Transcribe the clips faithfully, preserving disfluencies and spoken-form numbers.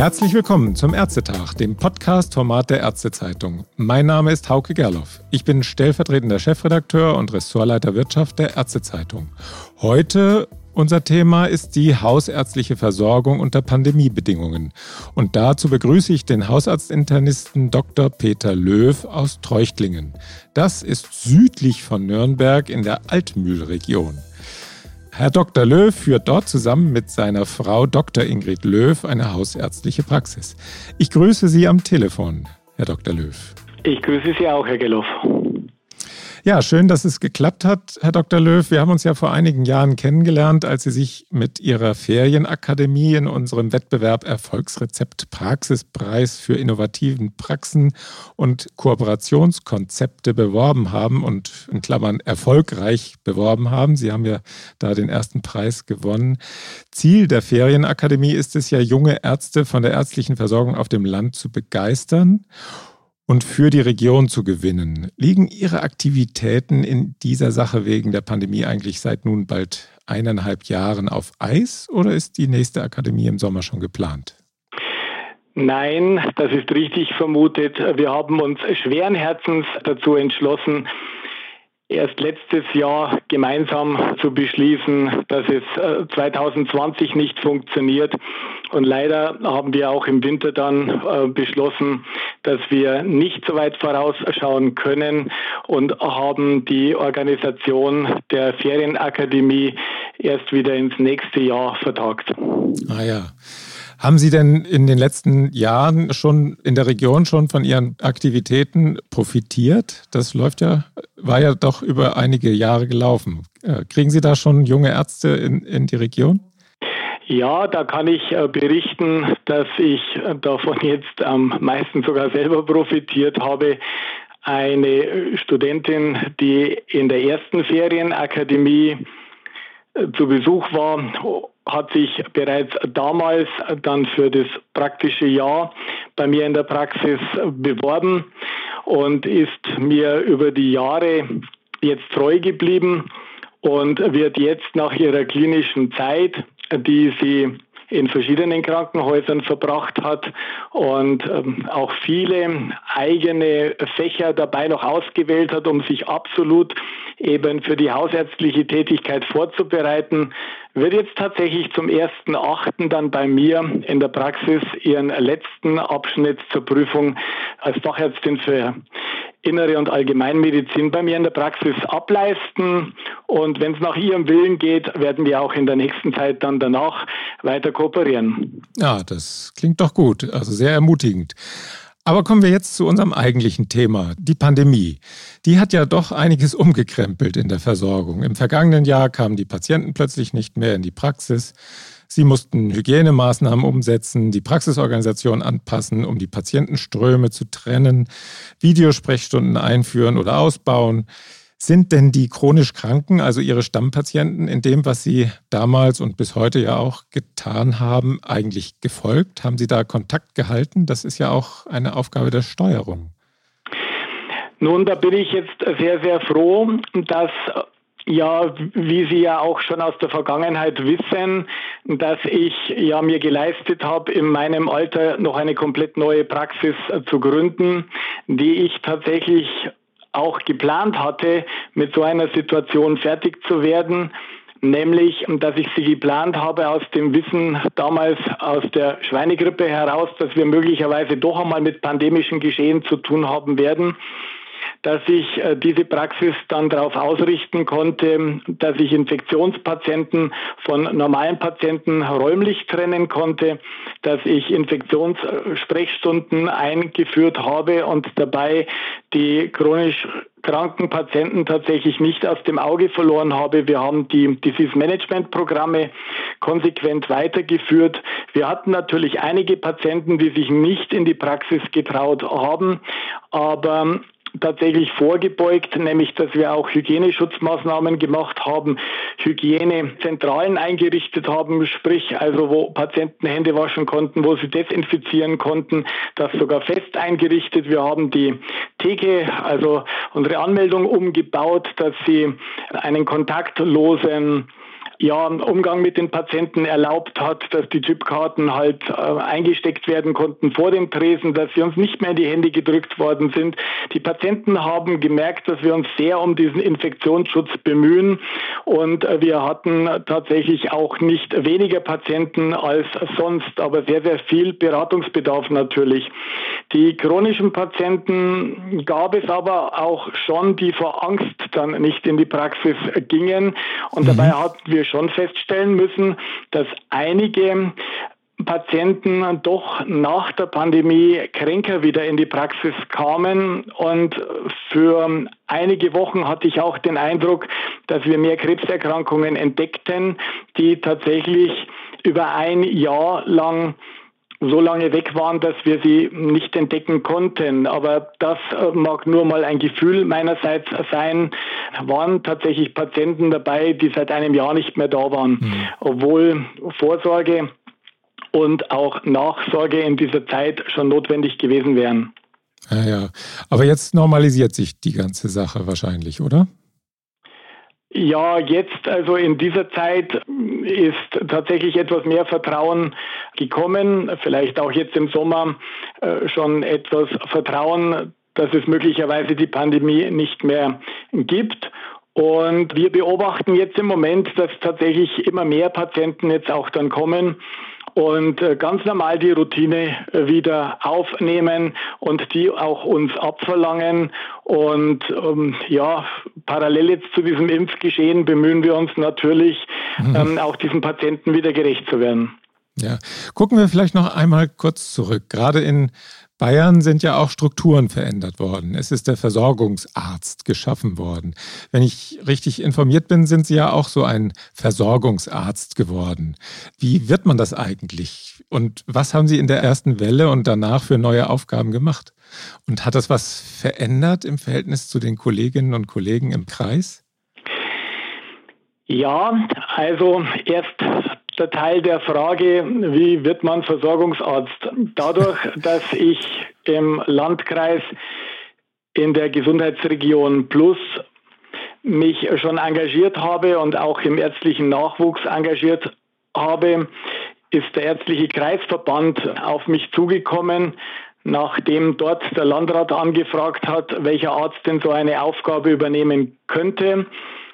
Herzlich willkommen zum Ärztetag, dem Podcast-Format der Ärztezeitung. Mein Name ist Hauke Gerloff. Ich bin stellvertretender Chefredakteur und Ressortleiter Wirtschaft der Ärztezeitung. Heute unser Thema ist die hausärztliche Versorgung unter Pandemiebedingungen. Und dazu begrüße ich den Hausarztinternisten Doktor Peter Löw aus Treuchtlingen. Das ist südlich von Nürnberg in der Altmühlregion. Herr Doktor Löw führt dort zusammen mit seiner Frau Doktor Ingrid Löw eine hausärztliche Praxis. Ich grüße Sie am Telefon, Herr Doktor Löw. Ich grüße Sie auch, Herr Gerloff. Ja, schön, dass es geklappt hat, Herr Doktor Löw. Wir haben uns ja vor einigen Jahren kennengelernt, als Sie sich mit Ihrer Ferienakademie in unserem Wettbewerb Erfolgsrezept Praxispreis für innovativen Praxen und Kooperationskonzepte beworben haben und in Klammern erfolgreich beworben haben. Sie haben ja da den ersten Preis gewonnen. Ziel der Ferienakademie ist es ja, junge Ärzte von der ärztlichen Versorgung auf dem Land zu begeistern und für die Region zu gewinnen. Liegen Ihre Aktivitäten in dieser Sache wegen der Pandemie eigentlich seit nun bald eineinhalb Jahren auf Eis oder ist die nächste Akademie im Sommer schon geplant? Nein, das ist richtig vermutet. Wir haben uns schweren Herzens dazu entschlossen, erst letztes Jahr gemeinsam zu beschließen, dass es zwanzig zwanzig nicht funktioniert. Und leider haben wir auch im Winter dann äh, beschlossen, dass wir nicht so weit vorausschauen können und haben die Organisation der Ferienakademie erst wieder ins nächste Jahr vertagt. Ah ja. Haben Sie denn in den letzten Jahren schon in der Region schon von Ihren Aktivitäten profitiert? Das läuft ja, war ja doch über einige Jahre gelaufen. Kriegen Sie da schon junge Ärzte in, in die Region? Ja, da kann ich berichten, dass ich davon jetzt am meisten sogar selber profitiert habe. Eine Studentin, die in der ersten Ferienakademie zu Besuch war, hat sich bereits damals dann für das praktische Jahr bei mir in der Praxis beworben und ist mir über die Jahre jetzt treu geblieben und wird jetzt nach ihrer klinischen Zeit, die sie in verschiedenen Krankenhäusern verbracht hat und ähm, auch viele eigene Fächer dabei noch ausgewählt hat, um sich absolut eben für die hausärztliche Tätigkeit vorzubereiten, wird jetzt tatsächlich zum ersten Achten dann bei mir in der Praxis ihren letzten Abschnitt zur Prüfung als Fachärztin für Innere und Allgemeinmedizin bei mir in der Praxis ableisten. Und wenn es nach ihrem Willen geht, werden wir auch in der nächsten Zeit dann danach weiter kooperieren. Ja, das klingt doch gut, also sehr ermutigend. Aber kommen wir jetzt zu unserem eigentlichen Thema, die Pandemie. Die hat ja doch einiges umgekrempelt in der Versorgung. Im vergangenen Jahr kamen die Patienten plötzlich nicht mehr in die Praxis. Sie mussten Hygienemaßnahmen umsetzen, die Praxisorganisation anpassen, um die Patientenströme zu trennen, Videosprechstunden einführen oder ausbauen. Sind denn die chronisch Kranken, also Ihre Stammpatienten, in dem, was Sie damals und bis heute ja auch getan haben, eigentlich gefolgt? Haben Sie da Kontakt gehalten? Das ist ja auch eine Aufgabe der Steuerung. Nun, da bin ich jetzt sehr, sehr froh, dass ja, wie Sie ja auch schon aus der Vergangenheit wissen, dass ich ja mir geleistet habe, in meinem Alter noch eine komplett neue Praxis zu gründen, die ich tatsächlich auch geplant hatte, mit so einer Situation fertig zu werden, nämlich, dass ich sie geplant habe aus dem Wissen damals aus der Schweinegrippe heraus, dass wir möglicherweise doch einmal mit pandemischen Geschehen zu tun haben werden, dass ich äh, diese Praxis dann darauf ausrichten konnte, dass ich Infektionspatienten von normalen Patienten räumlich trennen konnte, dass ich Infektionssprechstunden eingeführt habe und dabei die chronisch kranken Patienten tatsächlich nicht aus dem Auge verloren habe. Wir haben die Disease-Management-Programme konsequent weitergeführt. Wir hatten natürlich einige Patienten, die sich nicht in die Praxis getraut haben, aber tatsächlich vorgebeugt, nämlich dass wir auch Hygieneschutzmaßnahmen gemacht haben, Hygienezentralen eingerichtet haben, sprich also wo Patienten Hände waschen konnten, wo sie desinfizieren konnten, das sogar fest eingerichtet. Wir haben die Theke, also unsere Anmeldung umgebaut, dass sie einen kontaktlosen ja, Umgang mit den Patienten erlaubt hat, dass die Chipkarten halt äh, eingesteckt werden konnten vor dem Tresen, dass sie uns nicht mehr in die Hände gedrückt worden sind. Die Patienten haben gemerkt, dass wir uns sehr um diesen Infektionsschutz bemühen und äh, wir hatten tatsächlich auch nicht weniger Patienten als sonst, aber sehr, sehr viel Beratungsbedarf natürlich. Die chronischen Patienten gab es aber auch schon, die vor Angst dann nicht in die Praxis gingen und mhm. dabei hatten wir schon feststellen müssen, dass einige Patienten doch nach der Pandemie kränker wieder in die Praxis kamen und für einige Wochen hatte ich auch den Eindruck, dass wir mehr Krebserkrankungen entdeckten, die tatsächlich über ein Jahr lang so lange weg waren, dass wir sie nicht entdecken konnten. Aber das mag nur mal ein Gefühl meinerseits sein. Waren tatsächlich Patienten dabei, die seit einem Jahr nicht mehr da waren, mhm. obwohl Vorsorge und auch Nachsorge in dieser Zeit schon notwendig gewesen wären. Ja, ja. Aber jetzt normalisiert sich die ganze Sache wahrscheinlich, oder? Ja, jetzt, also in dieser Zeit ist tatsächlich etwas mehr Vertrauen gekommen, vielleicht auch jetzt im Sommer äh, schon etwas Vertrauen, dass es möglicherweise die Pandemie nicht mehr gibt. Und wir beobachten jetzt im Moment, dass tatsächlich immer mehr Patienten jetzt auch dann kommen und ganz normal die Routine wieder aufnehmen und die auch uns abverlangen. Und ähm, ja, parallel jetzt zu diesem Impfgeschehen bemühen wir uns natürlich, mhm. ähm, auch diesen Patienten wieder gerecht zu werden. Ja, gucken wir vielleicht noch einmal kurz zurück. Gerade in Bayern sind ja auch Strukturen verändert worden. Es ist der Versorgungsarzt geschaffen worden. Wenn ich richtig informiert bin, sind Sie ja auch so ein Versorgungsarzt geworden. Wie wird man das eigentlich? Und was haben Sie in der ersten Welle und danach für neue Aufgaben gemacht? Und hat das was verändert im Verhältnis zu den Kolleginnen und Kollegen im Kreis? Ja, also erst der Teil der Frage, wie wird man Versorgungsarzt? Dadurch, dass ich im Landkreis in der Gesundheitsregion Plus mich schon engagiert habe und auch im ärztlichen Nachwuchs engagiert habe, ist der ärztliche Kreisverband auf mich zugekommen, nachdem dort der Landrat angefragt hat, welcher Arzt denn so eine Aufgabe übernehmen könnte.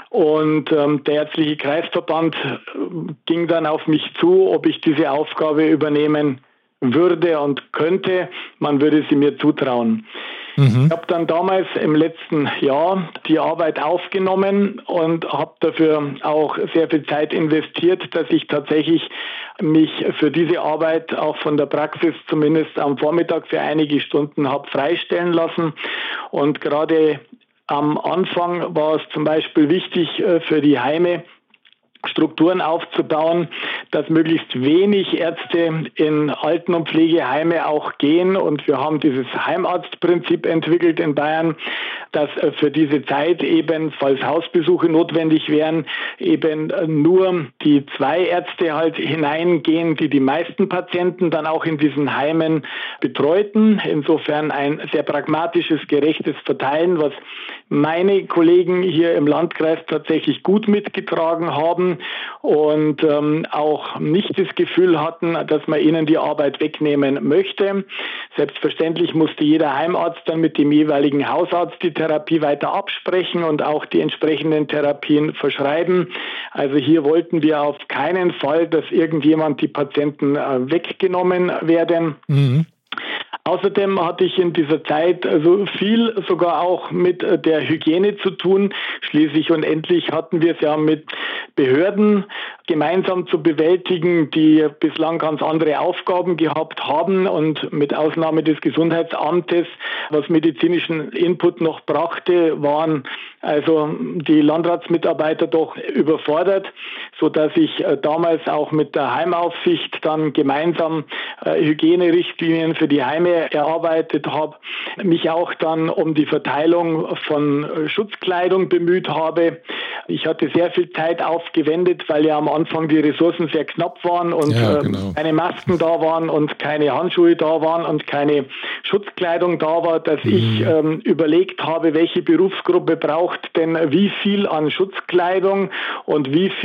Und ähm, der ärztliche Kreisverband ging dann auf mich zu, ob ich diese Aufgabe übernehmen würde und könnte. Man würde sie mir zutrauen. Mhm. Ich habe dann damals im letzten Jahr die Arbeit aufgenommen und habe dafür auch sehr viel Zeit investiert, dass ich tatsächlich mich für diese Arbeit auch von der Praxis zumindest am Vormittag für einige Stunden habe freistellen lassen. Und gerade am Anfang war es zum Beispiel wichtig für die Heime, Strukturen aufzubauen, dass möglichst wenig Ärzte in Alten- und Pflegeheime auch gehen. Und wir haben dieses Heimarztprinzip entwickelt in Bayern, dass für diese Zeit eben, falls Hausbesuche notwendig wären, eben nur die zwei Ärzte halt hineingehen, die die meisten Patienten dann auch in diesen Heimen betreuten. Insofern ein sehr pragmatisches, gerechtes Verteilen, was meine Kollegen hier im Landkreis tatsächlich gut mitgetragen haben und ähm, auch nicht das Gefühl hatten, dass man ihnen die Arbeit wegnehmen möchte. Selbstverständlich musste jeder Heimarzt dann mit dem jeweiligen Hausarzt die Therapie weiter absprechen und auch die entsprechenden Therapien verschreiben. Also hier wollten wir auf keinen Fall, dass irgendjemand die Patienten äh, weggenommen werden. Mhm. Außerdem hatte ich in dieser Zeit also viel sogar auch mit der Hygiene zu tun. Schließlich und endlich hatten wir es ja mit Behörden gemeinsam zu bewältigen, die bislang ganz andere Aufgaben gehabt haben und mit Ausnahme des Gesundheitsamtes, was medizinischen Input noch brachte, waren also die Landratsmitarbeiter doch überfordert, so dass ich damals auch mit der Heimaufsicht dann gemeinsam Hygienerichtlinien für die Heime erarbeitet habe, mich auch dann um die Verteilung von Schutzkleidung bemüht habe. Ich hatte sehr viel Zeit aufgewendet, weil ja am Anfang die Ressourcen sehr knapp waren und ja, genau. keine Masken da waren und keine Handschuhe da waren und keine Schutzkleidung da war, dass mhm. ich ähm, überlegt habe, welche Berufsgruppe braucht denn wie viel an Schutzkleidung und wie viel benötigt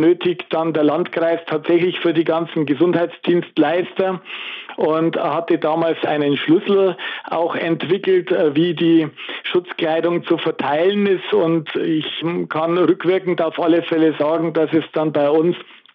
benötigt dann der Landkreis tatsächlich für die ganzen Gesundheitsdienstleister und hatte damals einen Schlüssel auch entwickelt, wie die Schutzkleidung zu verteilen ist. Und ich kann rückwirkend auf alle Fälle sagen, dass es dann bei uns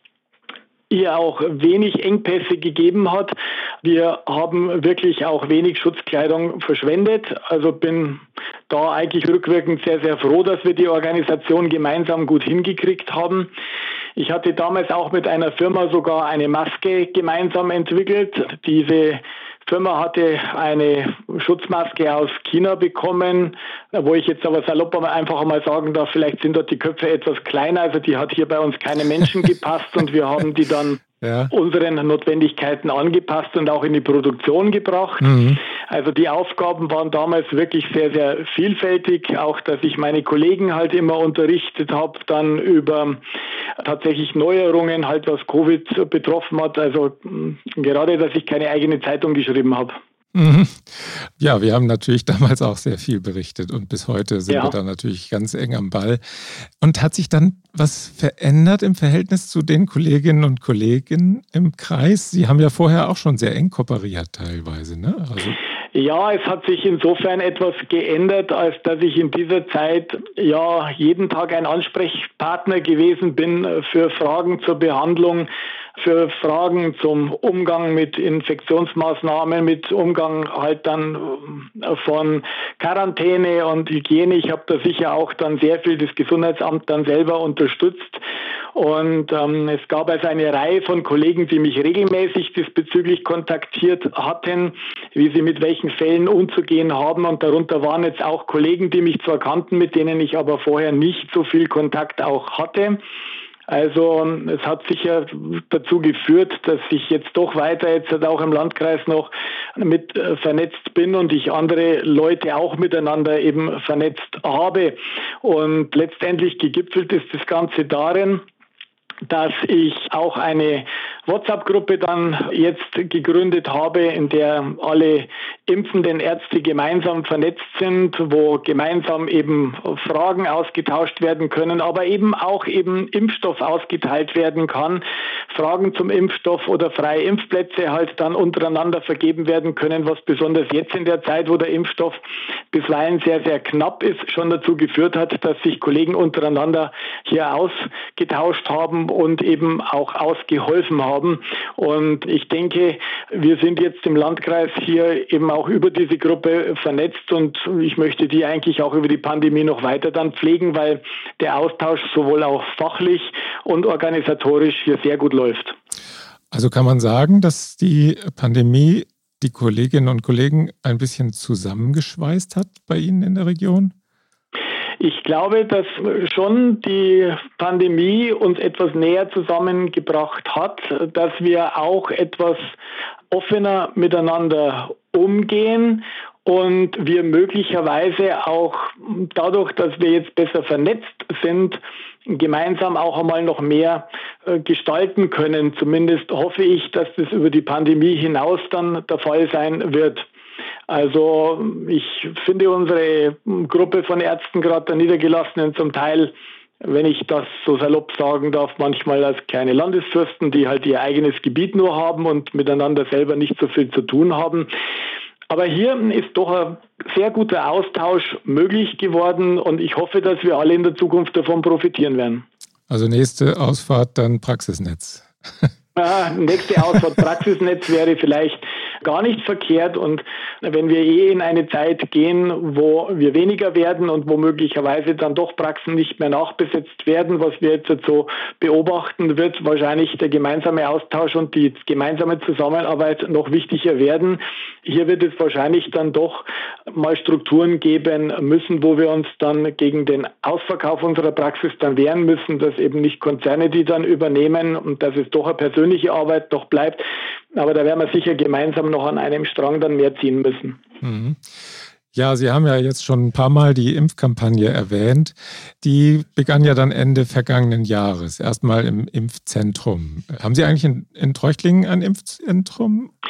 hier auch wenig Engpässe gegeben hat. Wir haben wirklich auch wenig Schutzkleidung verschwendet. Also bin da eigentlich rückwirkend sehr, sehr froh, dass wir die Organisation gemeinsam gut hingekriegt haben. Ich hatte damals auch mit einer Firma sogar eine Maske gemeinsam entwickelt. Diese Firma hatte eine Schutzmaske aus China bekommen, wo ich jetzt aber salopp einfach einmal sagen darf, vielleicht sind dort die Köpfe etwas kleiner, also die hat hier bei uns keine Menschen gepasst und wir haben die dann ja. unseren Notwendigkeiten angepasst und auch in die Produktion gebracht. Mhm. Also die Aufgaben waren damals wirklich sehr, sehr vielfältig, auch dass ich meine Kollegen halt immer unterrichtet habe, dann über tatsächlich Neuerungen, halt was Covid betroffen hat, also gerade, dass ich keine eigene Zeitung geschrieben habe. Mhm. Ja, wir haben natürlich damals auch sehr viel berichtet und bis heute sind ja. wir da natürlich ganz eng am Ball. Und hat sich dann was verändert im Verhältnis zu den Kolleginnen und Kollegen im Kreis? Sie haben ja vorher auch schon sehr eng kooperiert teilweise, ne? Also ja, es hat sich insofern etwas geändert, als dass ich in dieser Zeit ja jeden Tag ein Ansprechpartner gewesen bin für Fragen zur Behandlung, für Fragen zum Umgang mit Infektionsmaßnahmen, mit Umgang halt dann von Quarantäne und Hygiene. Ich habe da sicher auch dann sehr viel das Gesundheitsamt dann selber unterstützt. Und ähm, es gab also eine Reihe von Kollegen, die mich regelmäßig diesbezüglich kontaktiert hatten, wie sie mit welchen Fällen umzugehen haben. Und darunter waren jetzt auch Kollegen, die mich zwar kannten, mit denen ich aber vorher nicht so viel Kontakt auch hatte. Also es hat sicher dazu geführt, dass ich jetzt doch weiter jetzt auch im Landkreis noch mit vernetzt bin und ich andere Leute auch miteinander eben vernetzt habe. Und letztendlich gegipfelt ist das Ganze darin, dass ich auch eine WhatsApp-Gruppe dann jetzt gegründet habe, in der alle impfenden Ärzte gemeinsam vernetzt sind, wo gemeinsam eben Fragen ausgetauscht werden können, aber eben auch eben Impfstoff ausgeteilt werden kann, Fragen zum Impfstoff oder freie Impfplätze halt dann untereinander vergeben werden können, was besonders jetzt in der Zeit, wo der Impfstoff bisweilen sehr, sehr knapp ist, schon dazu geführt hat, dass sich Kollegen untereinander hier ausgetauscht haben und eben auch ausgeholfen haben. Und ich denke, wir sind jetzt im Landkreis hier eben auch über diese Gruppe vernetzt und ich möchte die eigentlich auch über die Pandemie noch weiter dann pflegen, weil der Austausch sowohl auch fachlich und organisatorisch hier sehr gut läuft. Also kann man sagen, dass die Pandemie die Kolleginnen und Kollegen ein bisschen zusammengeschweißt hat bei Ihnen in der Region? Ich glaube, dass schon die Pandemie uns etwas näher zusammengebracht hat, dass wir auch etwas offener miteinander umgehen und wir möglicherweise auch dadurch, dass wir jetzt besser vernetzt sind, gemeinsam auch einmal noch mehr gestalten können. Zumindest hoffe ich, dass das über die Pandemie hinaus dann der Fall sein wird. Also ich finde unsere Gruppe von Ärzten, gerade der Niedergelassenen, zum Teil, wenn ich das so salopp sagen darf, manchmal als kleine Landesfürsten, die halt ihr eigenes Gebiet nur haben und miteinander selber nicht so viel zu tun haben. Aber hier ist doch ein sehr guter Austausch möglich geworden und ich hoffe, dass wir alle in der Zukunft davon profitieren werden. Also nächste Ausfahrt dann Praxisnetz. Ja, nächste Ausfahrt Praxisnetz wäre vielleicht gar nicht verkehrt und wenn wir eh in eine Zeit gehen, wo wir weniger werden und wo möglicherweise dann doch Praxen nicht mehr nachbesetzt werden, was wir jetzt so beobachten, wird wahrscheinlich der gemeinsame Austausch und die gemeinsame Zusammenarbeit noch wichtiger werden. Hier wird es wahrscheinlich dann doch mal Strukturen geben müssen, wo wir uns dann gegen den Ausverkauf unserer Praxis dann wehren müssen, dass eben nicht Konzerne die dann übernehmen und dass es doch eine persönliche Arbeit noch bleibt. Aber da werden wir sicher gemeinsam noch an einem Strang dann mehr ziehen müssen. Mhm. Ja, Sie haben ja jetzt schon ein paar Mal die Impfkampagne erwähnt. Die begann ja dann Ende vergangenen Jahres, erstmal im Impfzentrum. Haben Sie eigentlich in, in Treuchtlingen ein Impfzentrum?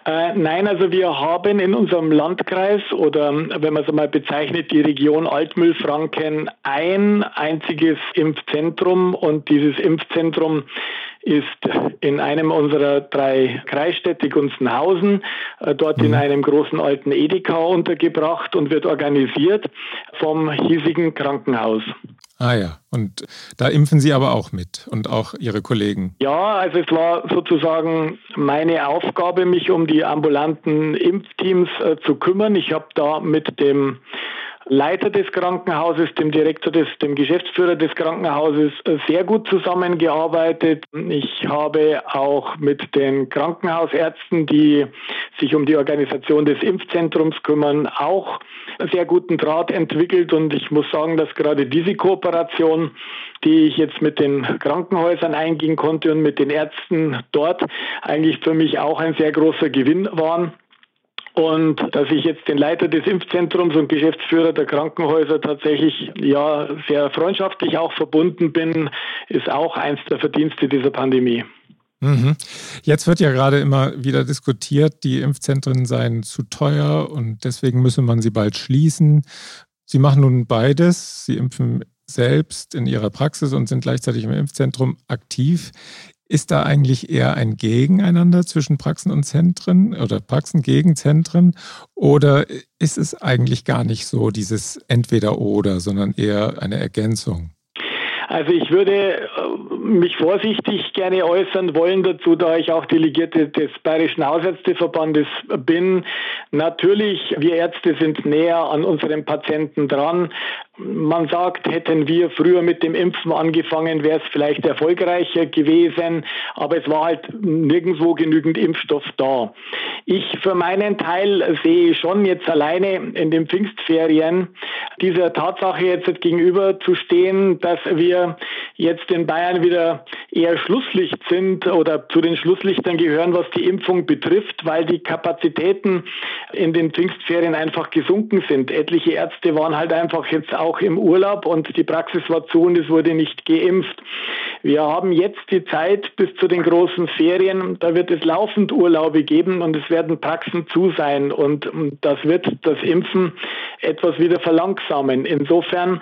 Äh, nein, also wir haben in unserem Landkreis oder wenn man es mal bezeichnet, die Region Altmühlfranken ein einziges Impfzentrum und dieses Impfzentrum ist in einem unserer drei Kreisstädte Gunzenhausen, äh, dort mhm. in einem großen alten Edeka untergebracht und wird organisiert vom hiesigen Krankenhaus. Ah ja, und da impfen Sie aber auch mit und auch Ihre Kollegen? Ja, also es war sozusagen meine Aufgabe, mich um die ambulanten Impfteams äh, zu kümmern. Ich habe da mit dem Leiter des Krankenhauses, dem Direktor des, dem Geschäftsführer des Krankenhauses sehr gut zusammengearbeitet. Ich habe auch mit den Krankenhausärzten, die sich um die Organisation des Impfzentrums kümmern, auch sehr guten Draht entwickelt. Und ich muss sagen, dass gerade diese Kooperation, die ich jetzt mit den Krankenhäusern eingehen konnte und mit den Ärzten dort, eigentlich für mich auch ein sehr großer Gewinn waren. Und dass ich jetzt den Leiter des Impfzentrums und Geschäftsführer der Krankenhäuser tatsächlich ja sehr freundschaftlich auch verbunden bin, ist auch eins der Verdienste dieser Pandemie. Mhm. Jetzt wird ja gerade immer wieder diskutiert, die Impfzentren seien zu teuer und deswegen müsse man sie bald schließen. Sie machen nun beides. Sie impfen selbst in Ihrer Praxis und sind gleichzeitig im Impfzentrum aktiv. Ist da eigentlich eher ein Gegeneinander zwischen Praxen und Zentren oder Praxen gegen Zentren? Oder ist es eigentlich gar nicht so, dieses Entweder-Oder, sondern eher eine Ergänzung? Also ich würde mich vorsichtig gerne äußern wollen dazu, da ich auch Delegierte des Bayerischen Hausärzteverbandes bin. Natürlich, wir Ärzte sind näher an unseren Patienten dran. Man sagt, hätten wir früher mit dem Impfen angefangen, wäre es vielleicht erfolgreicher gewesen, aber es war halt nirgendwo genügend Impfstoff da. Ich für meinen Teil sehe schon jetzt alleine in den Pfingstferien dieser Tatsache jetzt gegenüber zu stehen, dass wir jetzt in Bayern wieder eher Schlusslicht sind oder zu den Schlusslichtern gehören, was die Impfung betrifft, weil die Kapazitäten in den Pfingstferien einfach gesunken sind. Etliche Ärzte waren halt einfach jetzt auch im Urlaub und die Praxis war zu und es wurde nicht geimpft. Wir haben jetzt die Zeit bis zu den großen Ferien, da wird es laufend Urlaube geben und es werden Praxen zu sein und das wird das Impfen etwas wieder verlangsamen. Insofern,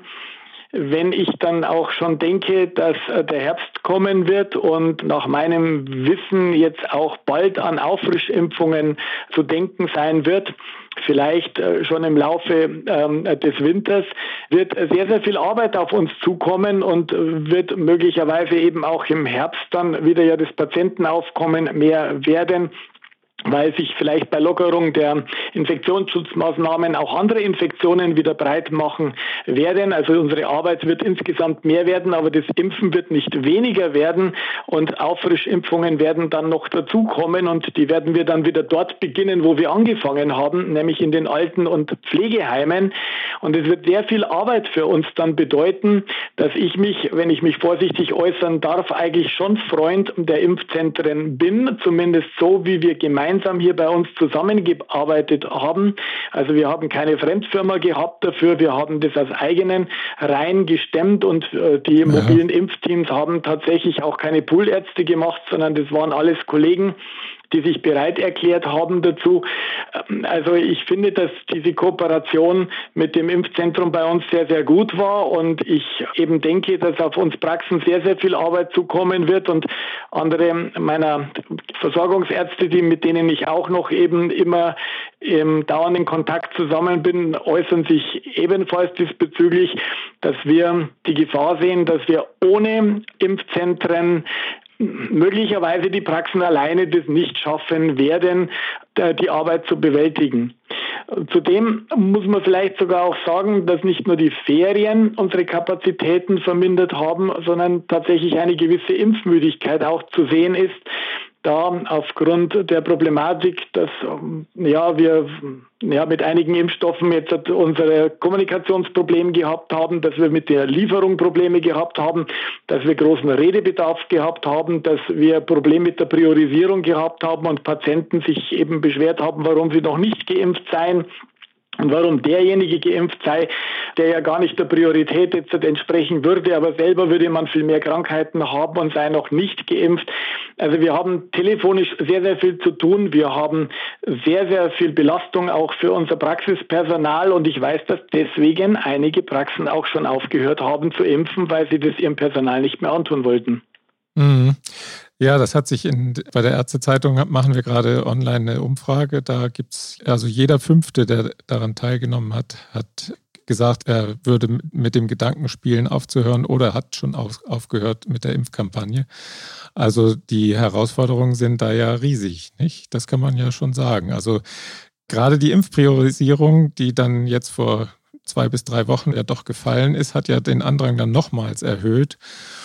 wenn ich dann auch schon denke, dass der Herbst kommen wird und nach meinem Wissen jetzt auch bald an Auffrischimpfungen zu denken sein wird, vielleicht schon im Laufe ähm, des Winters, wird sehr, sehr viel Arbeit auf uns zukommen und wird möglicherweise eben auch im Herbst dann wieder ja das Patientenaufkommen mehr werden, weil sich vielleicht bei Lockerung der Infektionsschutzmaßnahmen auch andere Infektionen wieder breit machen werden. Also unsere Arbeit wird insgesamt mehr werden, aber das Impfen wird nicht weniger werden und Auffrischimpfungen werden dann noch dazukommen und die werden wir dann wieder dort beginnen, wo wir angefangen haben, nämlich in den Alten- und Pflegeheimen. Und es wird sehr viel Arbeit für uns dann bedeuten, dass ich mich, wenn ich mich vorsichtig äußern darf, eigentlich schon Freund der Impfzentren bin, zumindest so, wie wir gemeinsam hier bei uns zusammengearbeitet haben. Also wir haben keine Fremdfirma gehabt dafür, wir haben das aus eigenen Reihen gestemmt und äh, die ja. mobilen Impfteams haben tatsächlich auch keine Poolärzte gemacht, sondern das waren alles Kollegen, die sich bereit erklärt haben dazu. Also ich finde, dass diese Kooperation mit dem Impfzentrum bei uns sehr, sehr gut war und ich eben denke, dass auf uns Praxen sehr, sehr viel Arbeit zukommen wird und andere meiner Versorgungsärzte, die mit denen ich auch noch eben immer im dauernden Kontakt zusammen bin, äußern sich ebenfalls diesbezüglich, dass wir die Gefahr sehen, dass wir ohne Impfzentren möglicherweise die Praxen alleine das nicht schaffen werden, die Arbeit zu bewältigen. Zudem muss man vielleicht sogar auch sagen, dass nicht nur die Ferien unsere Kapazitäten vermindert haben, sondern tatsächlich eine gewisse Impfmüdigkeit auch zu sehen ist, da aufgrund der Problematik, dass ja wir ja mit einigen Impfstoffen jetzt unsere Kommunikationsprobleme gehabt haben, dass wir mit der Lieferung Probleme gehabt haben, dass wir großen Redebedarf gehabt haben, dass wir Probleme mit der Priorisierung gehabt haben und Patienten sich eben beschwert haben, warum sie noch nicht geimpft seien. Und warum derjenige geimpft sei, der ja gar nicht der Priorität jetzt entsprechen würde, aber selber würde man viel mehr Krankheiten haben und sei noch nicht geimpft. Also wir haben telefonisch sehr, sehr viel zu tun. Wir haben sehr, sehr viel Belastung auch für unser Praxispersonal und ich weiß, dass deswegen einige Praxen auch schon aufgehört haben zu impfen, weil sie das ihrem Personal nicht mehr antun wollten. Mhm. Ja, das hat sich in, bei der Ärztezeitung machen wir gerade online eine Umfrage. Da gibt es, also jeder Fünfte, der daran teilgenommen hat, hat gesagt, er würde mit dem Gedanken spielen, aufzuhören oder hat schon auf, aufgehört mit der Impfkampagne. Also die Herausforderungen sind da ja riesig, nicht? Das kann man ja schon sagen. Also gerade die Impfpriorisierung, die dann jetzt vor zwei bis drei Wochen ja doch gefallen ist, hat ja den Andrang dann nochmals erhöht.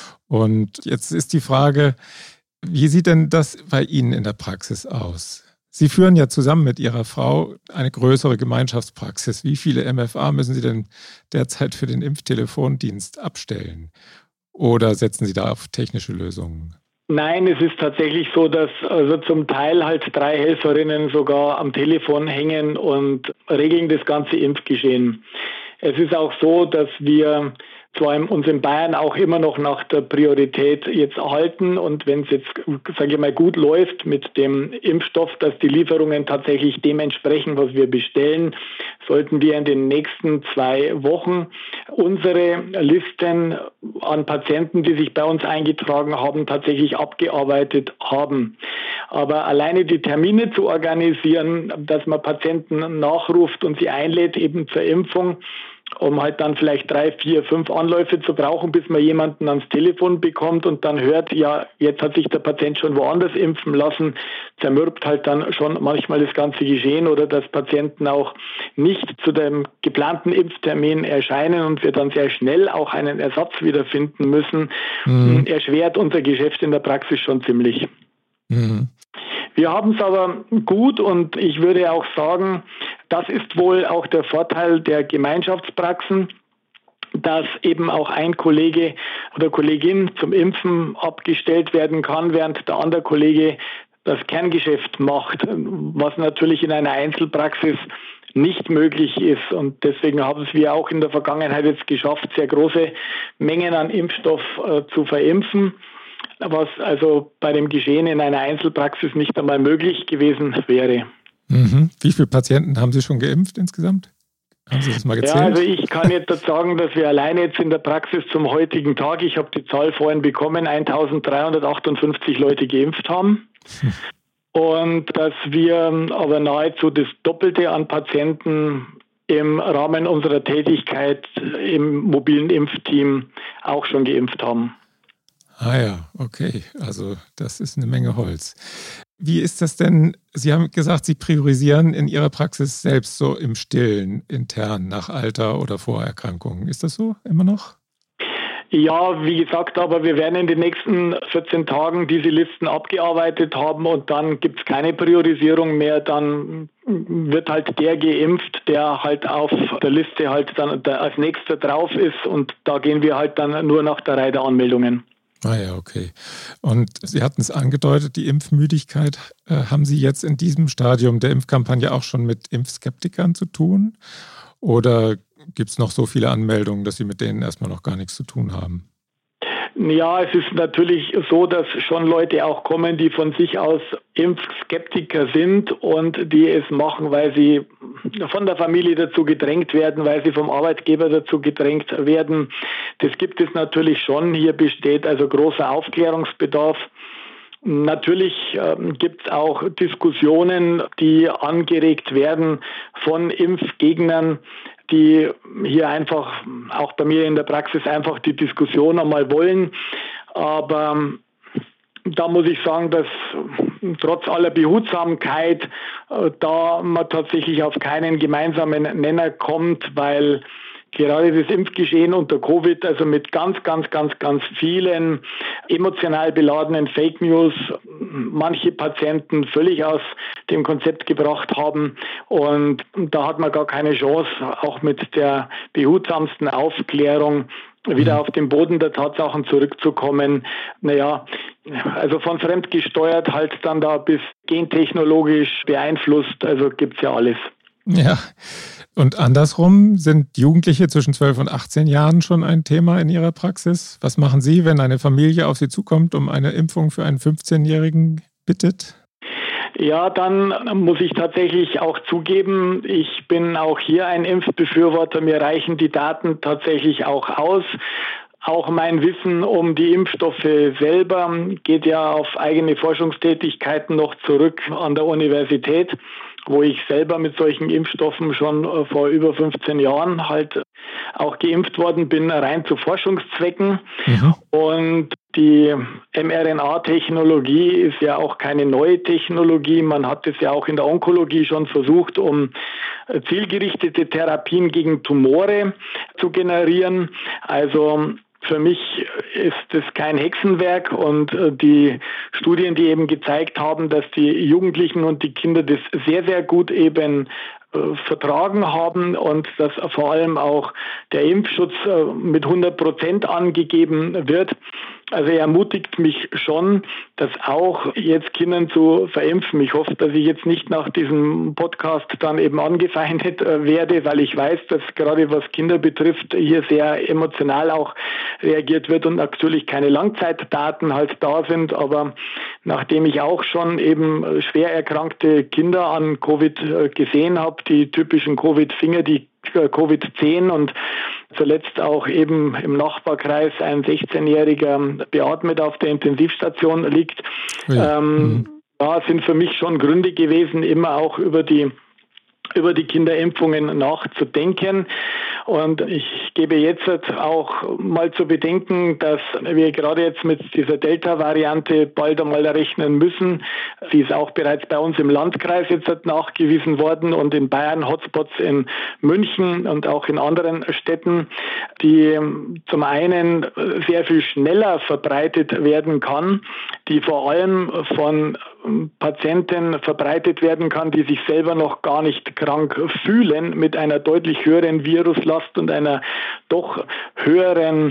Und jetzt ist die Frage, wie sieht denn das bei Ihnen in der Praxis aus? Sie führen ja zusammen mit Ihrer Frau eine größere Gemeinschaftspraxis. Wie viele M F A müssen Sie denn derzeit für den Impftelefondienst abstellen? Oder setzen Sie da auf technische Lösungen? Nein, es ist tatsächlich so, dass also zum Teil halt drei Helferinnen sogar am Telefon hängen und regeln das ganze Impfgeschehen. Es ist auch so, dass wir zwar uns in Bayern auch immer noch nach der Priorität jetzt erhalten und wenn es jetzt, sage ich mal, gut läuft mit dem Impfstoff, dass die Lieferungen tatsächlich dem entsprechen, was wir bestellen, sollten wir in den nächsten zwei Wochen unsere Listen an Patienten, die sich bei uns eingetragen haben, tatsächlich abgearbeitet haben. Aber alleine die Termine zu organisieren, dass man Patienten nachruft und sie einlädt eben zur Impfung, um halt dann vielleicht drei, vier, fünf Anläufe zu brauchen, bis man jemanden ans Telefon bekommt und dann hört, ja, jetzt hat sich der Patient schon woanders impfen lassen, zermürbt halt dann schon manchmal das ganze Geschehen oder dass Patienten auch nicht zu dem geplanten Impftermin erscheinen und wir dann sehr schnell auch einen Ersatz wiederfinden müssen, mhm. erschwert unser Geschäft in der Praxis schon ziemlich. Mhm. Wir haben es aber gut und ich würde auch sagen, das ist wohl auch der Vorteil der Gemeinschaftspraxen, dass eben auch ein Kollege oder Kollegin zum Impfen abgestellt werden kann, während der andere Kollege das Kerngeschäft macht, was natürlich in einer Einzelpraxis nicht möglich ist. Und deswegen haben es wir auch in der Vergangenheit jetzt geschafft, sehr große Mengen an Impfstoff äh, zu verimpfen, was also bei dem Geschehen in einer Einzelpraxis nicht einmal möglich gewesen wäre. Mhm. Wie viele Patienten haben Sie schon geimpft insgesamt? Haben Sie das mal gezählt? Ja, also ich kann jetzt sagen, dass wir alleine jetzt in der Praxis zum heutigen Tag, ich habe die Zahl vorhin bekommen, eintausenddreihundertachtundfünfzig Leute geimpft haben. Hm. Und dass wir aber nahezu das Doppelte an Patienten im Rahmen unserer Tätigkeit im mobilen Impfteam auch schon geimpft haben. Ah ja, okay. Also das ist eine Menge Holz. Wie ist das denn? Sie haben gesagt, Sie priorisieren in Ihrer Praxis selbst so im Stillen, intern, nach Alter oder Vorerkrankungen. Ist das so immer noch? Ja, wie gesagt, aber wir werden in den nächsten vierzehn Tagen diese Listen abgearbeitet haben und dann gibt es keine Priorisierung mehr. Dann wird halt der geimpft, der halt auf der Liste halt dann als nächster drauf ist und da gehen wir halt dann nur nach der Reihe der Anmeldungen. Ah ja, okay. Und Sie hatten es angedeutet, die Impfmüdigkeit. Äh, haben Sie jetzt in diesem Stadium der Impfkampagne auch schon mit Impfskeptikern zu tun? Oder gibt es noch so viele Anmeldungen, dass Sie mit denen erstmal noch gar nichts zu tun haben? Ja, es ist natürlich so, dass schon Leute auch kommen, die von sich aus Impfskeptiker sind und die es machen, weil sie von der Familie dazu gedrängt werden, weil sie vom Arbeitgeber dazu gedrängt werden. Das gibt es natürlich schon. Hier besteht also großer Aufklärungsbedarf. Natürlich ähm, gibt es auch Diskussionen, die angeregt werden von Impfgegnern, die hier einfach, auch bei mir in der Praxis, einfach die Diskussion einmal wollen. Aber da muss ich sagen, dass trotz aller Behutsamkeit äh, da man tatsächlich auf keinen gemeinsamen Nenner kommt, weil gerade das Impfgeschehen unter Covid, also mit ganz, ganz, ganz, ganz vielen emotional beladenen Fake News, manche Patienten völlig aus dem Konzept gebracht haben. Und da hat man gar keine Chance, auch mit der behutsamsten Aufklärung wieder auf den Boden der Tatsachen zurückzukommen. Naja, also von fremdgesteuert halt dann da bis gentechnologisch beeinflusst, also gibt's ja alles. Ja, und andersrum, sind Jugendliche zwischen zwölf und achtzehn Jahren schon ein Thema in Ihrer Praxis? Was machen Sie, wenn eine Familie auf Sie zukommt, um eine Impfung für einen fünfzehnjährigen bittet? Ja, dann muss ich tatsächlich auch zugeben, ich bin auch hier ein Impfbefürworter. Mir reichen die Daten tatsächlich auch aus. Auch mein Wissen um die Impfstoffe selber geht ja auf eigene Forschungstätigkeiten noch zurück an der Universität, wo ich selber mit solchen Impfstoffen schon vor über fünfzehn Jahren halt auch geimpft worden bin, rein zu Forschungszwecken. Mhm. Und die mRNA-Technologie ist ja auch keine neue Technologie. Man hat es ja auch in der Onkologie schon versucht, um zielgerichtete Therapien gegen Tumore zu generieren. Also für mich ist es kein Hexenwerk, und die Studien, die eben gezeigt haben, dass die Jugendlichen und die Kinder das sehr, sehr gut eben vertragen haben und dass vor allem auch der Impfschutz mit hundert Prozent angegeben wird. Also er ermutigt mich schon, das auch jetzt Kindern zu verimpfen. Ich hoffe, dass ich jetzt nicht nach diesem Podcast dann eben angefeindet werde, weil ich weiß, dass gerade was Kinder betrifft, hier sehr emotional auch reagiert wird und natürlich keine Langzeitdaten halt da sind. Aber nachdem ich auch schon eben schwer erkrankte Kinder an Covid gesehen habe, die typischen Covid-Finger, die Covid zehn, und zuletzt auch eben im Nachbarkreis ein sechzehnjähriger beatmet auf der Intensivstation liegt. Ja. Ähm, mhm. Da sind für mich schon Gründe gewesen, immer auch über die über die Kinderimpfungen nachzudenken. Und ich gebe jetzt auch mal zu bedenken, dass wir gerade jetzt mit dieser Delta-Variante bald einmal rechnen müssen. Sie ist auch bereits bei uns im Landkreis jetzt nachgewiesen worden und in Bayern, Hotspots in München und auch in anderen Städten, die zum einen sehr viel schneller verbreitet werden kann, die vor allem von Patienten verbreitet werden kann, die sich selber noch gar nicht krank fühlen, mit einer deutlich höheren Viruslast und einer doch höheren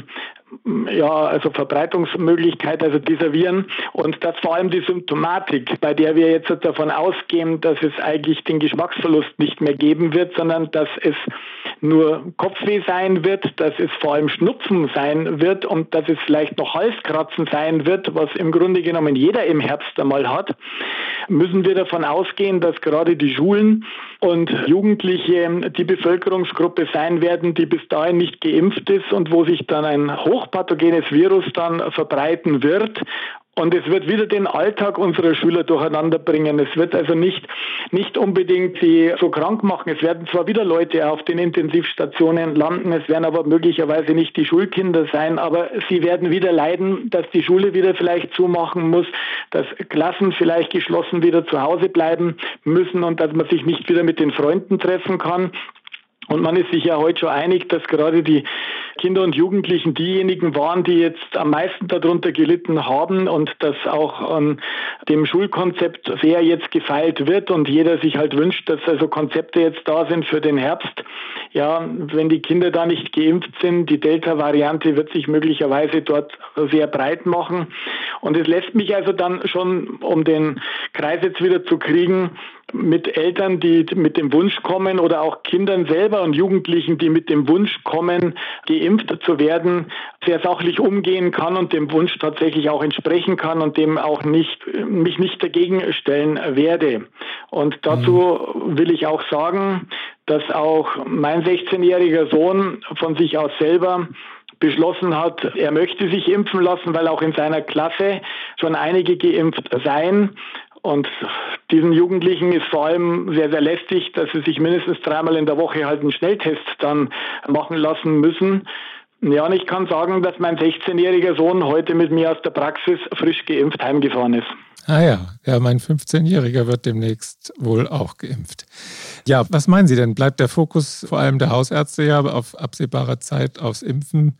ja, also Verbreitungsmöglichkeit, also dieser Viren, und das vor allem die Symptomatik, bei der wir jetzt davon ausgehen, dass es eigentlich den Geschmacksverlust nicht mehr geben wird, sondern dass es nur Kopfweh sein wird, dass es vor allem Schnupfen sein wird und dass es vielleicht noch Halskratzen sein wird, was im Grunde genommen jeder im Herbst einmal hat, müssen wir davon ausgehen, dass gerade die Schulen und Jugendliche die Bevölkerungsgruppe sein werden, die bis dahin nicht geimpft ist und wo sich dann ein hochpathogenes Virus dann verbreiten wird. Und es wird wieder den Alltag unserer Schüler durcheinander bringen. Es wird also nicht, nicht unbedingt sie so krank machen. Es werden zwar wieder Leute auf den Intensivstationen landen, es werden aber möglicherweise nicht die Schulkinder sein, aber sie werden wieder leiden, dass die Schule wieder vielleicht zumachen muss, dass Klassen vielleicht geschlossen wieder zu Hause bleiben müssen und dass man sich nicht wieder mit den Freunden treffen kann. Und man ist sich ja heute schon einig, dass gerade die Kinder und Jugendlichen diejenigen waren, die jetzt am meisten darunter gelitten haben und dass auch an dem Schulkonzept sehr jetzt gefeilt wird und jeder sich halt wünscht, dass also Konzepte jetzt da sind für den Herbst. Ja, wenn die Kinder da nicht geimpft sind, die Delta-Variante wird sich möglicherweise dort sehr breit machen. Und es lässt mich also dann schon, um den Kreis jetzt wieder zu kriegen, mit Eltern, die mit dem Wunsch kommen oder auch Kindern selber und Jugendlichen, die mit dem Wunsch kommen, geimpft zu werden, sehr sachlich umgehen kann und dem Wunsch tatsächlich auch entsprechen kann und dem auch nicht, mich nicht dagegen stellen werde. Und dazu will ich auch sagen, dass auch mein sechzehnjähriger Sohn von sich aus selber beschlossen hat, er möchte sich impfen lassen, weil auch in seiner Klasse schon einige geimpft seien. Und diesen Jugendlichen ist vor allem sehr, sehr lästig, dass sie sich mindestens dreimal in der Woche halt einen Schnelltest dann machen lassen müssen. Ja, und ich kann sagen, dass mein sechzehnjähriger Sohn heute mit mir aus der Praxis frisch geimpft heimgefahren ist. Ah ja, ja, mein fünfzehnjähriger wird demnächst wohl auch geimpft. Ja, was meinen Sie denn? Bleibt der Fokus vor allem der Hausärzte ja auf absehbare Zeit aufs Impfen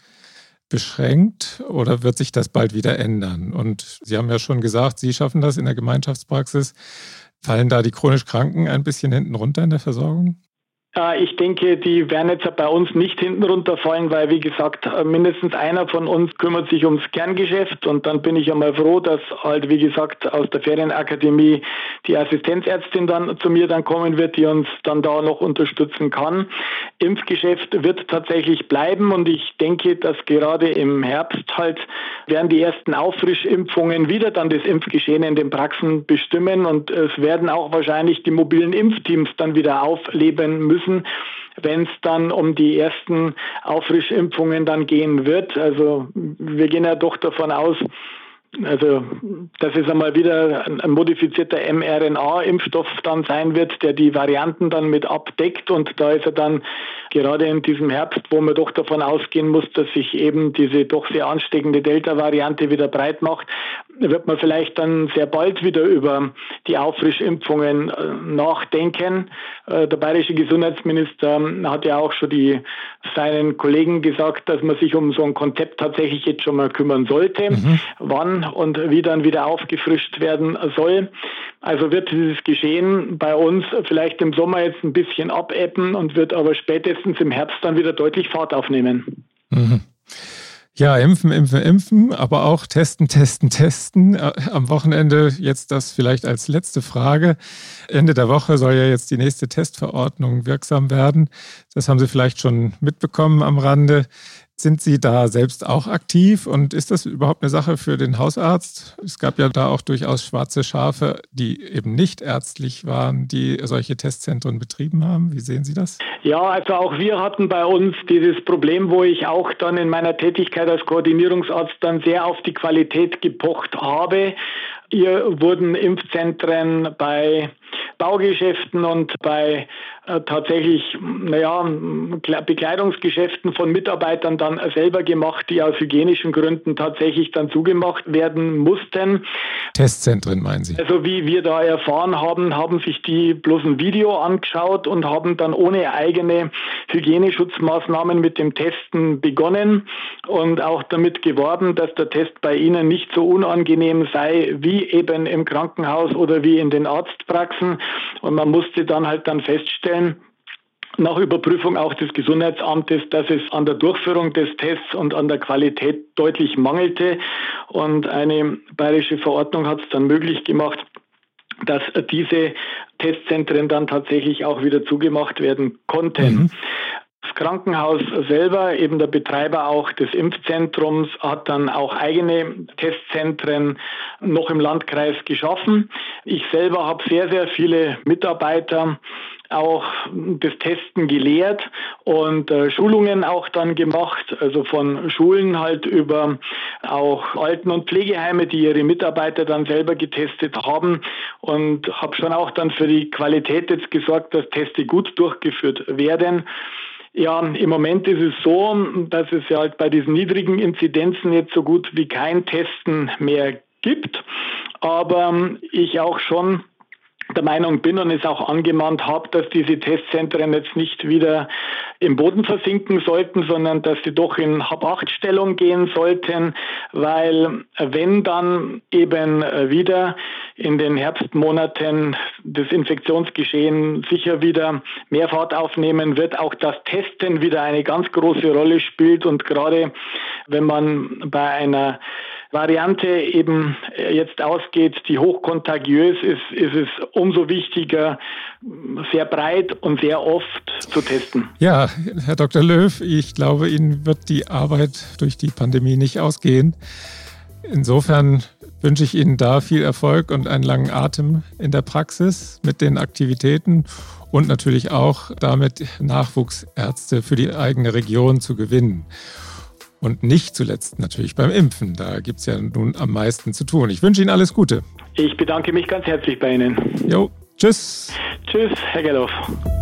beschränkt oder wird sich das bald wieder ändern? Und Sie haben ja schon gesagt, Sie schaffen das in der Gemeinschaftspraxis. Fallen da die chronisch Kranken ein bisschen hinten runter in der Versorgung? Ich denke, die werden jetzt bei uns nicht hinten runterfallen, weil, wie gesagt, mindestens einer von uns kümmert sich ums Kerngeschäft und dann bin ich einmal froh, dass halt, wie gesagt, aus der Ferienakademie die Assistenzärztin dann zu mir dann kommen wird, die uns dann da noch unterstützen kann. Impfgeschäft wird tatsächlich bleiben und ich denke, dass gerade im Herbst halt werden die ersten Auffrischimpfungen wieder dann das Impfgeschehen in den Praxen bestimmen und es werden auch wahrscheinlich die mobilen Impfteams dann wieder aufleben müssen, wenn es dann um die ersten Auffrischimpfungen dann gehen wird. Also wir gehen ja doch davon aus, also dass es einmal wieder ein modifizierter mRNA-Impfstoff dann sein wird, der die Varianten dann mit abdeckt und da ist er dann gerade in diesem Herbst, wo man doch davon ausgehen muss, dass sich eben diese doch sehr ansteckende Delta-Variante wieder breit macht, wird man vielleicht dann sehr bald wieder über die Auffrischimpfungen nachdenken. Der bayerische Gesundheitsminister hat ja auch schon die, seinen Kollegen gesagt, dass man sich um so ein Konzept tatsächlich jetzt schon mal kümmern sollte, mhm. wann und wie dann wieder aufgefrischt werden soll. Also wird dieses Geschehen bei uns vielleicht im Sommer jetzt ein bisschen abebben und wird aber spätestens im Herbst dann wieder deutlich Fahrt aufnehmen. Mhm. Ja, impfen, impfen, impfen, aber auch testen, testen, testen. Am Wochenende jetzt das vielleicht als letzte Frage. Ende der Woche soll ja jetzt die nächste Testverordnung wirksam werden. Das haben Sie vielleicht schon mitbekommen am Rande. Sind Sie da selbst auch aktiv und ist das überhaupt eine Sache für den Hausarzt? Es gab ja da auch durchaus schwarze Schafe, die eben nicht ärztlich waren, die solche Testzentren betrieben haben. Wie sehen Sie das? Ja, also auch wir hatten bei uns dieses Problem, wo ich auch dann in meiner Tätigkeit als Koordinierungsarzt dann sehr auf die Qualität gepocht habe. Hier wurden Impfzentren bei Baugeschäften und bei äh, tatsächlich naja, Bekleidungsgeschäften von Mitarbeitern dann selber gemacht, die aus hygienischen Gründen tatsächlich dann zugemacht werden mussten. Testzentren meinen Sie? Also wie wir da erfahren haben, haben sich die bloß ein Video angeschaut und haben dann ohne eigene Hygieneschutzmaßnahmen mit dem Testen begonnen und auch damit geworben, dass der Test bei ihnen nicht so unangenehm sei wie eben im Krankenhaus oder wie in den Arztpraxen. Und man musste dann halt dann feststellen, nach Überprüfung auch des Gesundheitsamtes, dass es an der Durchführung des Tests und an der Qualität deutlich mangelte. Und eine bayerische Verordnung hat es dann möglich gemacht, dass diese Testzentren dann tatsächlich auch wieder zugemacht werden konnten. Mhm. Das Krankenhaus selber, eben der Betreiber auch des Impfzentrums, hat dann auch eigene Testzentren noch im Landkreis geschaffen. Ich selber habe sehr, sehr viele Mitarbeiter auch das Testen gelehrt und äh, Schulungen auch dann gemacht, also von Schulen halt über auch Alten- und Pflegeheime, die ihre Mitarbeiter dann selber getestet haben und habe schon auch dann für die Qualität jetzt gesorgt, dass Teste gut durchgeführt werden. Ja, im Moment ist es so, dass es ja halt bei diesen niedrigen Inzidenzen jetzt so gut wie kein Testen mehr gibt, aber ich auch schon der Meinung bin und es auch angemahnt habe, dass diese Testzentren jetzt nicht wieder im Boden versinken sollten, sondern dass sie doch in Hab-acht-Stellung gehen sollten, weil wenn dann eben wieder in den Herbstmonaten das Infektionsgeschehen sicher wieder mehr Fahrt aufnehmen wird, auch das Testen wieder eine ganz große Rolle spielt und gerade wenn man bei einer Variante eben jetzt ausgeht, die hochkontagiös ist, ist es umso wichtiger, sehr breit und sehr oft zu testen. Ja, Herr Doktor Löw, ich glaube, Ihnen wird die Arbeit durch die Pandemie nicht ausgehen. Insofern wünsche ich Ihnen da viel Erfolg und einen langen Atem in der Praxis mit den Aktivitäten und natürlich auch damit Nachwuchsärzte für die eigene Region zu gewinnen. Und nicht zuletzt natürlich beim Impfen. Da gibt es ja nun am meisten zu tun. Ich wünsche Ihnen alles Gute. Ich bedanke mich ganz herzlich bei Ihnen. Jo, tschüss. Tschüss, Herr Gerloff.